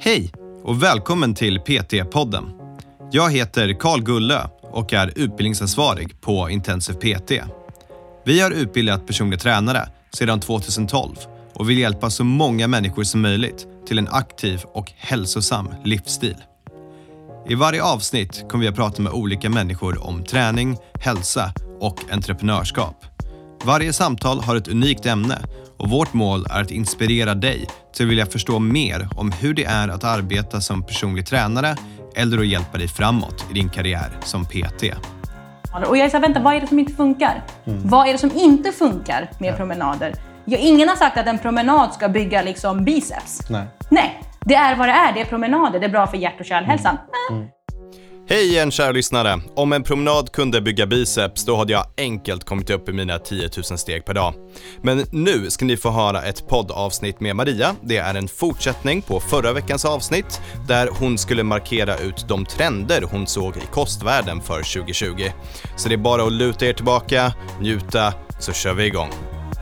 Hej och välkommen till PT-podden. Jag heter Carl Gullö och är utbildningsansvarig på Intensiv PT. Vi har utbildat personliga tränare sedan 2012 och vill hjälpa så många människor som möjligt till en aktiv och hälsosam livsstil. I varje avsnitt kommer vi att prata med olika människor om träning, hälsa och entreprenörskap. Varje samtal har ett unikt ämne och vårt mål är att inspirera dig till att vilja förstå mer om hur det är att arbeta som personlig tränare eller att hjälpa dig framåt i din karriär som PT. Och jag säger, vänta, vad är det som inte funkar? Vad är det som inte funkar med promenader? Ingen har sagt att en promenad ska bygga liksom biceps. Nej, det är vad det är. Det är promenader. Det är bra för hjärt- och kärlhälsan. Hej igen kära lyssnare. Om en promenad kunde bygga biceps då hade jag enkelt kommit upp i mina 10 000 steg per dag. Men nu ska ni få höra ett poddavsnitt med Maria. Det är en fortsättning på förra veckans avsnitt där hon skulle markera ut de trender hon såg i kostvärlden för 2020. Så det är bara att luta er tillbaka, njuta, så kör vi igång.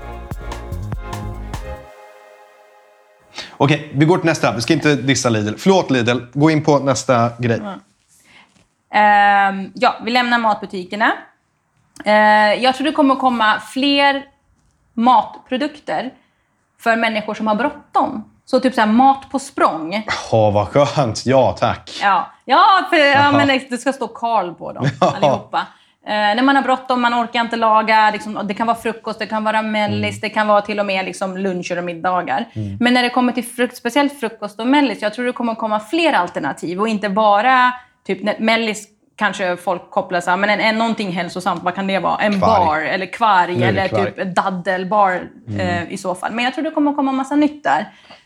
Okej, vi går till nästa. Vi ska inte dissa Lidl. Förlåt Lidl, gå in på nästa grej. Vi lämnar matbutikerna. Jag tror det kommer att komma fler matprodukter för människor som har bråttom. Så typ så här mat på språng. Vad skönt. Ja, tack. Men det ska stå Carl på dem allihopa. När man har bråttom, man orkar inte laga. Liksom, det kan vara frukost, det kan vara mellis, det kan vara till och med liksom luncher och middagar. Men när det kommer till speciellt frukost och mellis, jag tror det kommer att komma fler alternativ. Och inte bara, typ mellis kanske folk kopplar sig, men någonting hälsosamt, vad kan det vara? En bar eller kvarg eller typ daddelbar i så fall. Men jag tror det kommer att komma en massa nytt där.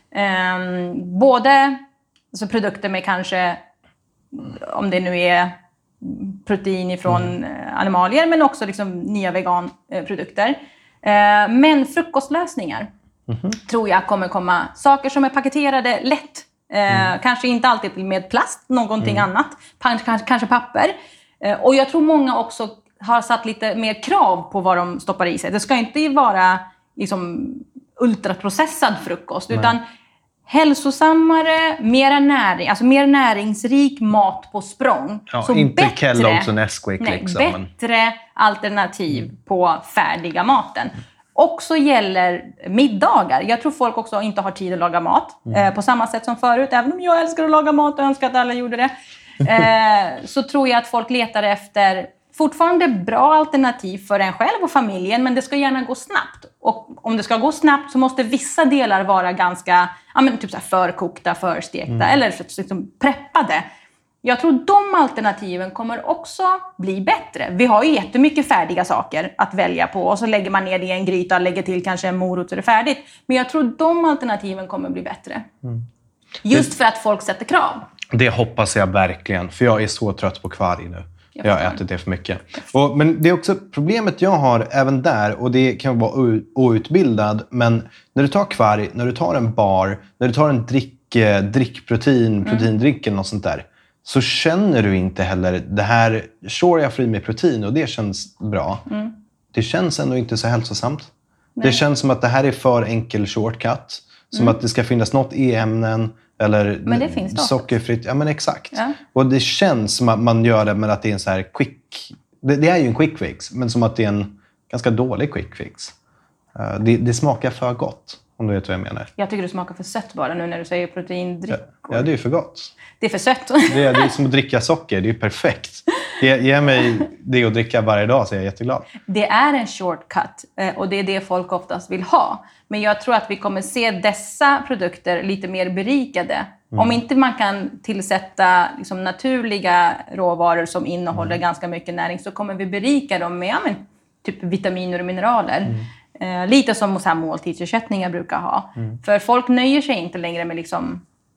Både alltså produkter med kanske, om det nu är protein ifrån animalier, men också liksom nya veganprodukter. Men frukostlösningar tror jag kommer komma. Saker som är paketerade lätt. Kanske inte alltid med plast, någonting annat. Kanske papper. Och jag tror många också har satt lite mer krav på vad de stoppar i sig. Det ska inte vara liksom ultraprocessad frukost, utan hälsosammare, mer näringsrik mat på språng. Så inte Kellogg's och Nesquik bättre alternativ på färdiga maten. Också gäller middagar. Jag tror folk också inte har tid att laga mat på samma sätt som förut. Även om jag älskar att laga mat och önskar att alla gjorde det. Så tror jag att folk letar efter fortfarande bra alternativ för en själv och familjen. Men det ska gärna gå snabbt. Och om det ska gå snabbt så måste vissa delar vara ganska typ så här förkokta, förstekta eller liksom preppade. Jag tror de alternativen kommer också bli bättre. Vi har ju jättemycket färdiga saker att välja på. Och så lägger man ner det i en gryta och lägger till kanske en morot så är det färdigt. Men jag tror de alternativen kommer bli bättre. Just för att folk sätter krav. Det hoppas jag verkligen. För jag är så trött på kvarg nu. Jag har ätit det för mycket. Men det är också problemet jag har även där. Och det kan vara outbildad. Men när du tar kvarg, när du tar en bar, när du tar en proteindrick eller något sånt där. Så känner du inte heller det här, sure jag får i mig protein och det känns bra. Det känns ändå inte så hälsosamt. Nej. Det känns som att det här är för enkel shortcut. Som att det ska finnas något e-ämnen eller men det finns sockerfritt. Ja men exakt. Ja. Och det känns som att man gör det med att det är en så här quick. Det är ju en quick fix, men som att det är en ganska dålig quick fix. Det smakar för gott. Om du vet vad jag menar. Jag tycker det smakar för sött bara nu när du säger proteindrick. Ja, det är för gott. Det är för sött. Det är som att dricka socker. Det är perfekt. Ge mig det att dricka varje dag så är jag jätteglad. Det är en shortcut och det är det folk oftast vill ha. Men jag tror att vi kommer se dessa produkter lite mer berikade. Om inte man kan tillsätta liksom naturliga råvaror som innehåller ganska mycket näring så kommer vi berika dem med typ vitaminer och mineraler. Lite som så här måltidsersättningar brukar ha. För folk nöjer sig inte längre med liksom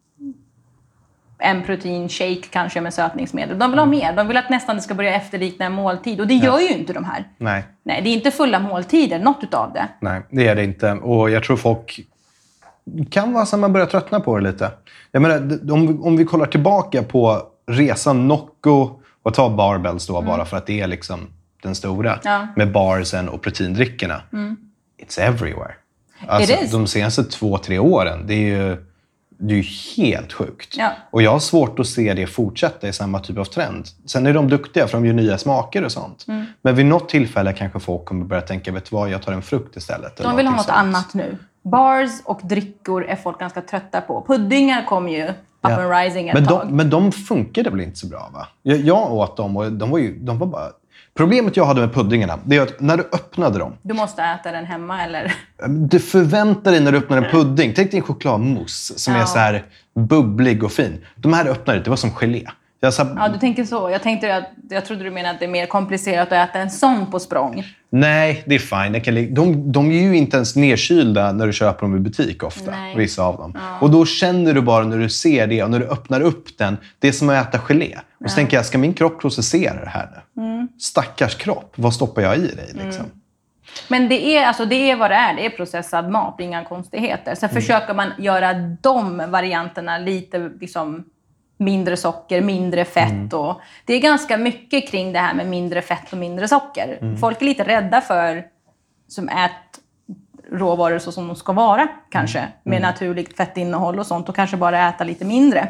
en proteinshake kanske med sötningsmedel. De vill ha mer. De vill att nästan det ska börja efterlikna en måltid. Och det gör ju inte de här. Nej, det är inte fulla måltider, något utav det. Nej, det är det inte. Och jag tror folk kan vara så att man börjar tröttna på det lite. Jag menar, om vi kollar tillbaka på resan Nocco och tar barbells då bara för att det är liksom den stora. Ja. Med barsen och proteindrickorna. It's everywhere. Alltså, de senaste 2-3 åren, det är ju Det är ju helt sjukt. Ja. Och jag har svårt att se det fortsätta i samma typ av trend. Sen är de duktiga för de gör nya smaker och sånt. Men vid något tillfälle kanske folk kommer börja tänka, vet du vad, jag tar en frukt istället. De vill ha något annat nu. Bars och drickor är folk ganska trötta på. Puddingar kom ju up and rising ett tag. Men de funkade väl inte så bra, va? Jag åt dem och de var bara... Problemet jag hade med puddingarna, det är att när du öppnade dem... Du måste äta den hemma, eller? Du förväntar dig när du öppnar en pudding. Tänk dig en chokladmousse som är så här bubblig och fin. De här öppnade det var som gelé. Ja, du tänker så. Jag trodde du menade att det är mer komplicerat att äta en sån på språng. Nej, det är fine. De är ju inte ens nedkylda när du köper dem i butik ofta. Nej. Vissa av dem. Ja. Och då känner du bara när du ser det och när du öppnar upp den. Det är som att äta gelé. Och så tänker jag, ska min kropp processera det här nu? Stackars kropp, vad stoppar jag i dig liksom? Men det är vad det är. Det är processad mat, inga konstigheter. Sen försöker man göra de varianterna lite liksom... mindre socker, mindre fett. Och det är ganska mycket kring det här med mindre fett och mindre socker. Folk är lite rädda för som råvaror så som de ska vara kanske. Med naturligt fettinnehåll och sånt. Och kanske bara äta lite mindre.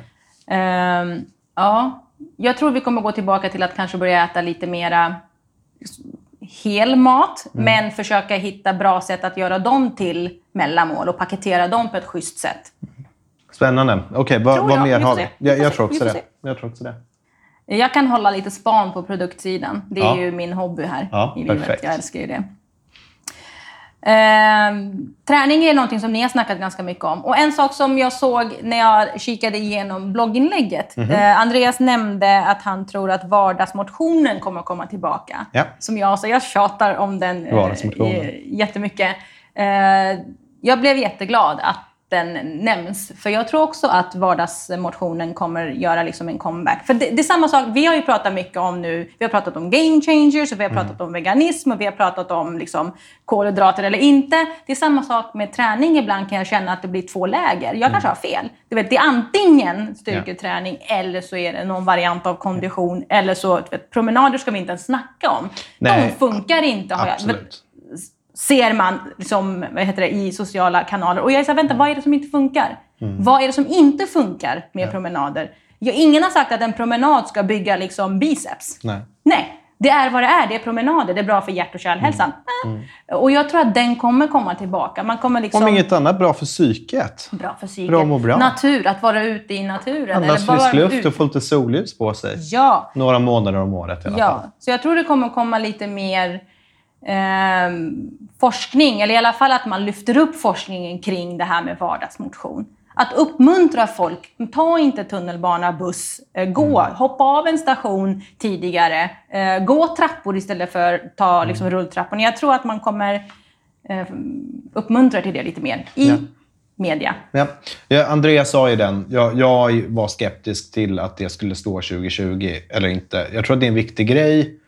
Ja. Jag tror vi kommer gå tillbaka till att kanske börja äta lite mera hel mat. Men försöka hitta bra sätt att göra dem till mellanmål. Och paketera dem på ett schysst sätt. Spännande. Okej, vad mer har vi? Jag tror också det. Jag kan hålla lite span på produktsidan. Det är ju min hobby här i livet. Perfekt. Jag älskar ju det. Träning är någonting som ni har snackat ganska mycket om. Och en sak som jag såg när jag kikade igenom blogginlägget. Andreas nämnde att han tror att vardagsmotionen kommer att komma tillbaka. Ja. Så jag tjatar om den jättemycket. Jag blev jätteglad att den nämns. För jag tror också att vardagsmotionen kommer göra liksom en comeback. För det är samma sak, vi har ju pratat mycket om nu, vi har pratat om game changers och vi har pratat om veganism och vi har pratat om liksom kolhydrater eller inte. Det är samma sak med träning, ibland kan jag känna att det blir två läger. Jag kanske har fel. Det är antingen styrketräning eller så är det någon variant av kondition eller så, promenader ska vi inte ens snacka om. Nej, de funkar inte. Ser man liksom, i sociala kanaler. Och jag är så här, vänta, vad är det som inte funkar? Vad är det som inte funkar med promenader? Ingen har sagt att en promenad ska bygga liksom biceps. Nej, det är vad det är. Det är promenader. Det är bra för hjärt- och kärlhälsan. Och jag tror att den kommer komma tillbaka. Man kommer liksom... Om inget annat, bra för psyket. Bra för psyket. Bra må bra. Natur, att vara ute i naturen. Annars frisk luft och få lite solljus på sig. Ja. Några månader om året i alla fall. Så jag tror det kommer komma lite mer... forskning, eller i alla fall att man lyfter upp forskningen kring det här med vardagsmotion. Att uppmuntra folk, ta inte tunnelbana, buss, hoppa av en station tidigare, gå trappor istället för ta liksom, rulltrappan. Jag tror att man kommer uppmuntra till det lite mer i media. Ja, Andreas sa ju den. Jag var skeptisk till att det skulle stå 2020 eller inte. Jag tror att det är en viktig grej.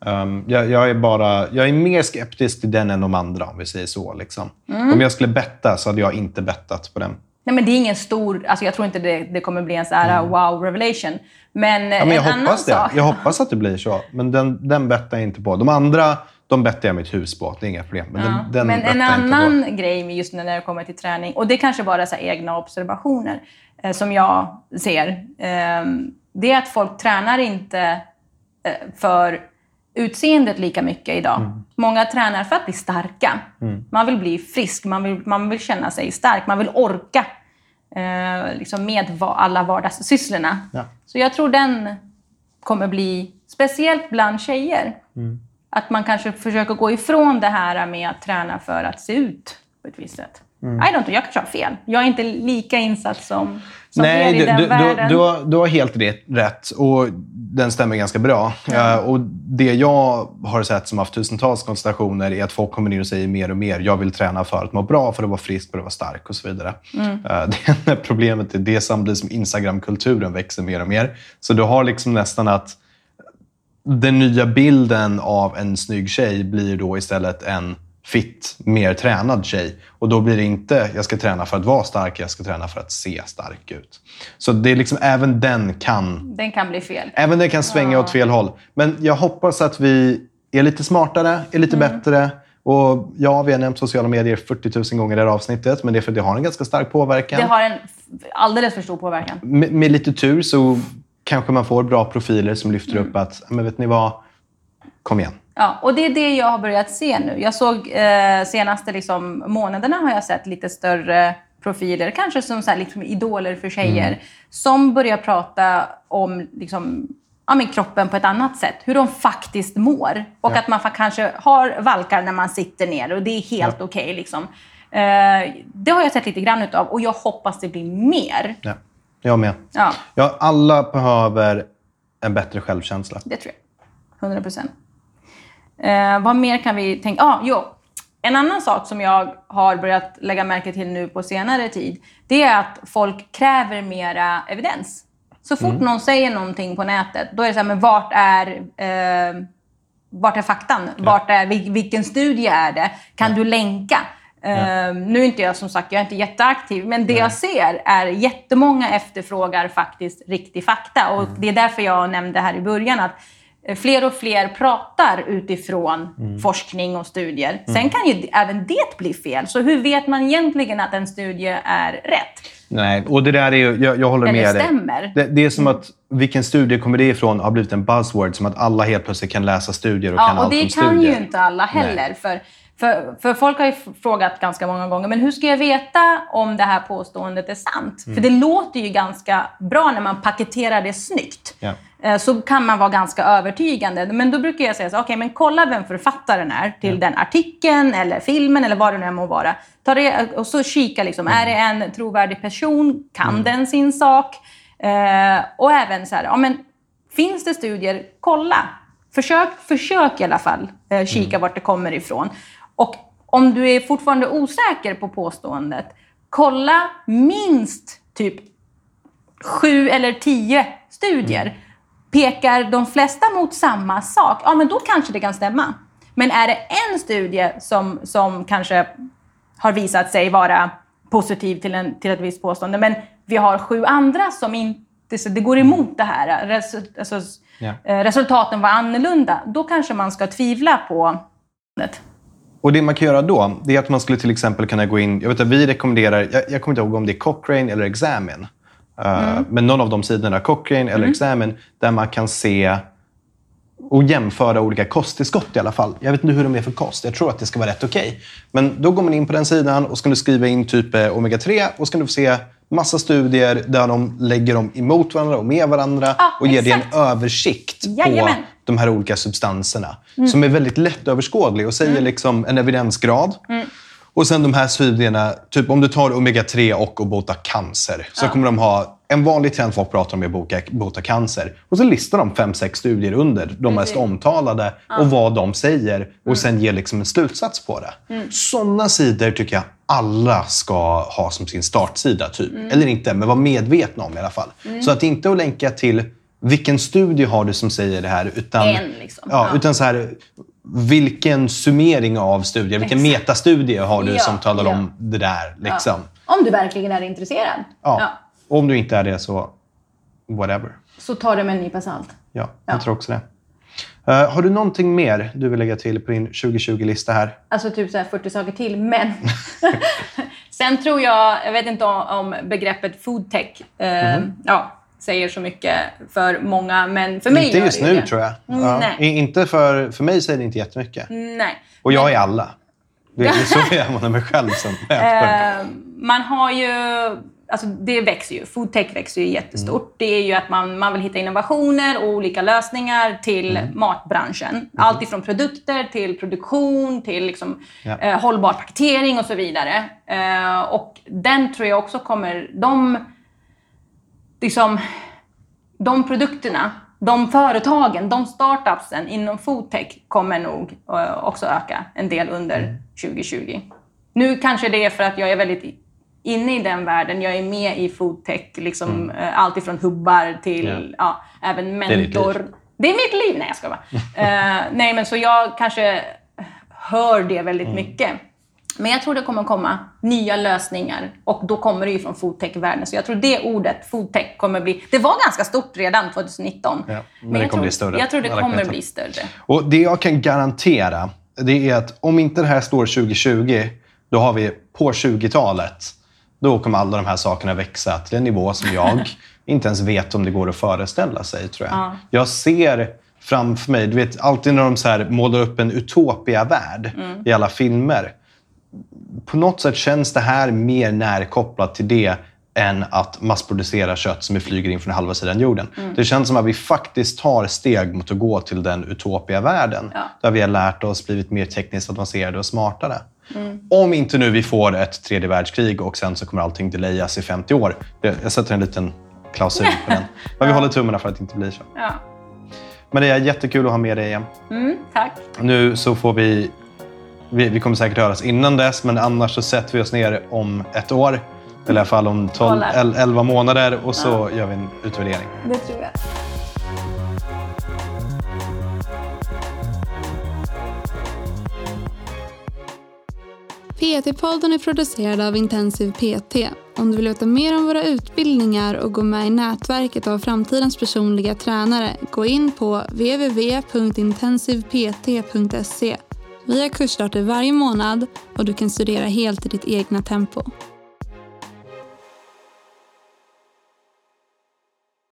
Jag är mer skeptisk till den än de andra, om vi säger så. Liksom. Om jag skulle betta så hade jag inte bettat på den. Nej, men det är ingen stor... Alltså jag tror inte det kommer bli en så här wow revelation. Men jag hoppas det. Jag hoppas att det blir så. Men den bettar jag inte på. De andra, de bettar jag mitt hus på. Det är inga problem. Men en annan grej just när det kommer till träning. Och det är kanske bara så här egna observationer som jag ser. Det är att folk tränar inte för... utseendet lika mycket idag. Många tränar för att bli starka. Man vill bli frisk. Man vill känna sig stark. Man vill orka liksom med alla vardagssysslorna. Så jag tror den kommer bli speciellt bland tjejer. Att man kanske försöker gå ifrån det här med att träna för att se ut på ett visst sätt. Jag kanske har fel. Jag är inte lika insatt som er i den världen. Du har helt rätt. Och den stämmer ganska bra. Och det jag har sett som haft tusentals konstellationer är att folk kommer in och säger mer och mer. Jag vill träna för att må bra, för att vara frisk, för att vara stark och så vidare. Det problemet är det samtidigt som Instagram-kulturen växer mer och mer. Så du har liksom nästan att den nya bilden av en snygg tjej blir då istället en fit, mer tränad tjej. Och då blir det inte, jag ska träna för att vara stark, jag ska träna för att se stark ut. Så det är liksom, även den kan bli fel. Även den kan svänga åt fel håll. Men jag hoppas att vi är lite smartare, är lite bättre. Och ja, vi har nämnt sociala medier 40 000 gånger i det här avsnittet, men det är för att det har en ganska stark påverkan. Det har en alldeles för stor påverkan. Med lite tur så kanske man får bra profiler som lyfter upp att, men vet ni vad, kom igen. Ja, och det är det jag har börjat se nu. Jag såg senaste liksom, månaderna har jag sett lite större profiler, kanske som så här, liksom, idoler för tjejer, som börjar prata om liksom, kroppen på ett annat sätt. Hur de faktiskt mår. Och att man kanske har valkar när man sitter ner och det är helt okej. Liksom. Det har jag sett lite grann utav och jag hoppas det blir mer. Ja, jag med. Ja. Ja, alla behöver en bättre självkänsla. Det tror jag. 100%. Vad mer kan vi tänka? En annan sak som jag har börjat lägga märke till nu på senare tid, det är att folk kräver mera evidens. Så fort någon säger någonting på nätet, då är det så här, men vart är faktan? Vilken studie är det? Kan du länka? Nu är inte jag som sagt, jag är inte jätteaktiv, men det jag ser är jättemånga efterfrågar faktiskt riktig fakta. Och det är därför jag nämnde här i början att fler och fler pratar utifrån forskning och studier. Sen kan ju även det bli fel. Så hur vet man egentligen att en studie är rätt? Nej, och det där är ju, jag håller med dig. Stämmer. Det är som att vilken studie kommer det ifrån har blivit en buzzword, som att alla helt plötsligt kan läsa studier och kan allt om studier. Ja, och det kan ju inte alla heller. För folk har ju frågat ganska många gånger, men hur ska jag veta om det här påståendet är sant? För det låter ju ganska bra när man paketerar det snyggt. Ja. Så kan man vara ganska övertygande. Men då brukar jag säga så, okej, men kolla vem författaren är till den artikeln eller filmen eller vad det nu må vara. Ta det, och så kika liksom, är det en trovärdig person? Kan den sin sak? Och även så här, men finns det studier? Kolla. Försök i alla fall kika vart det kommer ifrån. Och om du är fortfarande osäker på påståendet, kolla minst typ 7 eller 10 studier. Pekar de flesta mot samma sak, men då kanske det kan stämma. Men är det en studie som kanske har visat sig vara positiv till ett visst påstående, men vi har 7 andra som inte, så det går emot det här. Resultaten var annorlunda. Då kanske man ska tvivla på det. Och det man kan göra då, det är att man skulle till exempel kunna gå in, jag vet att vi rekommenderar, jag kommer inte ihåg om det är Cochrane eller Examine. Men någon av de sidorna, Cochrane eller Examine, där man kan se och jämföra olika kosttillskott i alla fall. Jag vet inte hur de är för kost. Jag tror att det ska vara rätt okej. Men då går man in på den sidan och så kan du skriva in typ omega-3 och så kan du få se massa studier där de lägger dem emot varandra och med varandra och ger dig en översikt på de här olika substanserna som är väldigt lättöverskådlig och säger liksom en evidensgrad. Och sen de här studierna, typ om du tar omega-3 och bota cancer, så kommer de ha en vanlig trend folk pratar om är bota cancer. Och så listar de 5-6 studier under de mest omtalade och vad de säger och sen ger liksom en slutsats på det. Sådana sidor tycker jag alla ska ha som sin startsida typ. Eller inte, men vara medvetna om i alla fall. Så att inte att länka till vilken studie har du som säger det här, utan, utan så här, vilken summering av studier, vilken metastudie har du som talar om det där. Liksom. Om du verkligen är intresserad. Ja. Om du inte är det så whatever. Så tar det med en nypa salt. Ja, jag tror också det. Har du någonting mer du vill lägga till på din 2020-lista här? Alltså typ så här 40 saker till, men... Sen tror jag vet inte om begreppet foodtech säger så mycket för många, men för mig inte just nu det. Tror jag. Nej. Inte för mig säger det inte jättemycket. Nej. Och jag är alla. Det är så jag man mig själv som man har ju, alltså det växer ju, foodtech växer ju jättestort. Det är ju att man vill hitta innovationer och olika lösningar till matbranschen. Allt ifrån produkter till produktion till liksom, hållbar paketering och så vidare. Och den tror jag också kommer, de produkterna, de företagen, de startupsen inom foodtech kommer nog också öka en del under 2020. Nu kanske det är för att jag är väldigt inne i den världen. Jag är med i foodtech, liksom, allt ifrån hubbar till även mentor. Det är mitt liv. Nej, jag ska bara. Nej, men så jag kanske hör det väldigt mycket. Men jag tror det kommer komma nya lösningar. Och då kommer det ju från foodtech-världen. Så jag tror det ordet, foodtech, kommer bli... Det var ganska stort redan 2019. Ja, men det kommer bli större. Jag tror det kommer bli större. Och det jag kan garantera det är att om inte det här står 2020, då har vi på 20-talet, då kommer alla de här sakerna växa till en nivå som jag inte ens vet om det går att föreställa sig, tror jag. Ja. Jag ser framför mig, du vet, alltid när de så här målar upp en utopia-värld i alla filmer. På något sätt känns det här mer närkopplat till det än att massproducera kött som vi flyger in från halva sidan jorden. Det känns som att vi faktiskt tar steg mot att gå till den utopia-världen. Ja. Där vi har lärt oss, blivit mer tekniskt avancerade och smartare. Om inte nu vi får ett tredje världskrig och sen så kommer allting delayas i 50 år. Jag sätter en liten klausul på den. Men vi håller tummarna för att det inte blir så. Ja. Men det är jättekul att ha med dig igen. Tack. Nu så får vi kommer säkert höras innan dess, men annars så sätter vi oss ner om ett år. Eller i alla fall om 11 månader och så gör vi en utvärdering. Det tror jag. PT-podden är producerad av Intensiv PT. Om du vill veta mer om våra utbildningar och gå med i nätverket av framtidens personliga tränare, gå in på www.intensivpt.se. Vi har kursstarter varje månad och du kan studera helt i ditt egna tempo.